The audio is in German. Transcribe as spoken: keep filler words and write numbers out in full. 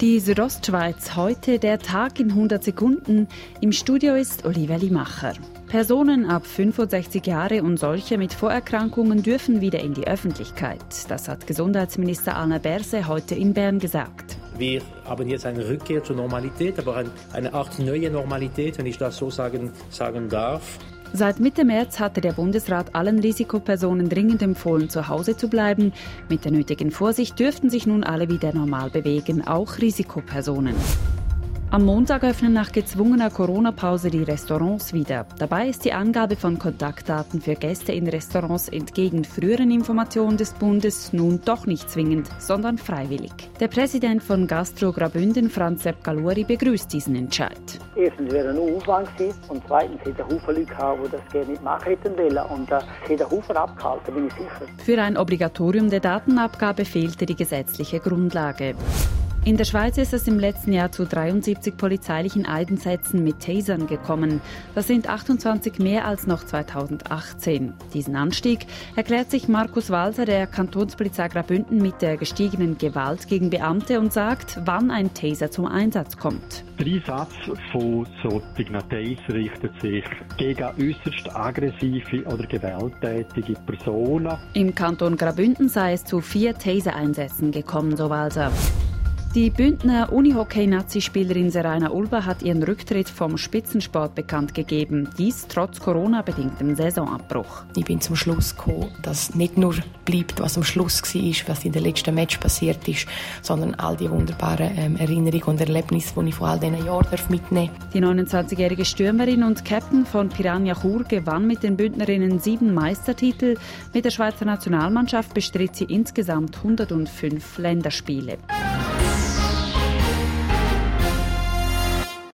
Die Südostschweiz, heute der Tag in hundert Sekunden. Im Studio ist Olivia Limacher. Personen ab fünfundsechzig Jahre und solche mit Vorerkrankungen dürfen wieder in die Öffentlichkeit. Das hat Gesundheitsminister Alain Berset heute in Bern gesagt. Wir haben jetzt eine Rückkehr zur Normalität, aber eine Art neue Normalität, wenn ich das so sagen, sagen darf. Seit Mitte März hatte der Bundesrat allen Risikopersonen dringend empfohlen, zu Hause zu bleiben. Mit der nötigen Vorsicht dürften sich nun alle wieder normal bewegen, auch Risikopersonen. Am Montag öffnen nach gezwungener Corona-Pause die Restaurants wieder. Dabei ist die Angabe von Kontaktdaten für Gäste in Restaurants entgegen früheren Informationen des Bundes nun doch nicht zwingend, sondern freiwillig. Der Präsident von Gastro Graubünden, Franz Sepp Galuri, begrüßt diesen Entscheid. Erstens wäre es nur Aufwand gewesen und zweitens hätte es Haufen Leute gehabt, die das gerne nicht machen hätten wollen. Und da äh, hätte Haufen abgehalten, bin ich sicher. Für ein Obligatorium der Datenabgabe fehlte die gesetzliche Grundlage. In der Schweiz ist es im letzten Jahr zu dreiundsiebzig polizeilichen Einsätzen mit Tasern gekommen. Das sind achtundzwanzig mehr als noch zweitausendachtzehn. Diesen Anstieg erklärt sich Markus Walser der Kantonspolizei Graubünden mit der gestiegenen Gewalt gegen Beamte und sagt, wann ein Taser zum Einsatz kommt. Der Einsatz von solchen Taser richtet sich gegen äußerst aggressive oder gewalttätige Personen. Im Kanton Graubünden sei es zu vier Taser-Einsätzen gekommen, so Walser. Die Bündner Unihockey-Nazi-Spielerin Seraina Ulba hat ihren Rücktritt vom Spitzensport bekannt gegeben. Dies trotz Corona-bedingtem Saisonabbruch. Ich bin zum Schluss gekommen, dass nicht nur bleibt, was am Schluss war, was in den letzten Match passiert ist, sondern all die wunderbaren ähm, Erinnerungen und Erlebnisse, die ich von all diesen Jahren mitnehmen darf. Die neunundzwanzigjährige Stürmerin und Captain von Piranha Chur gewann mit den Bündnerinnen sieben Meistertitel. Mit der Schweizer Nationalmannschaft bestritt sie insgesamt hundertfünf Länderspiele.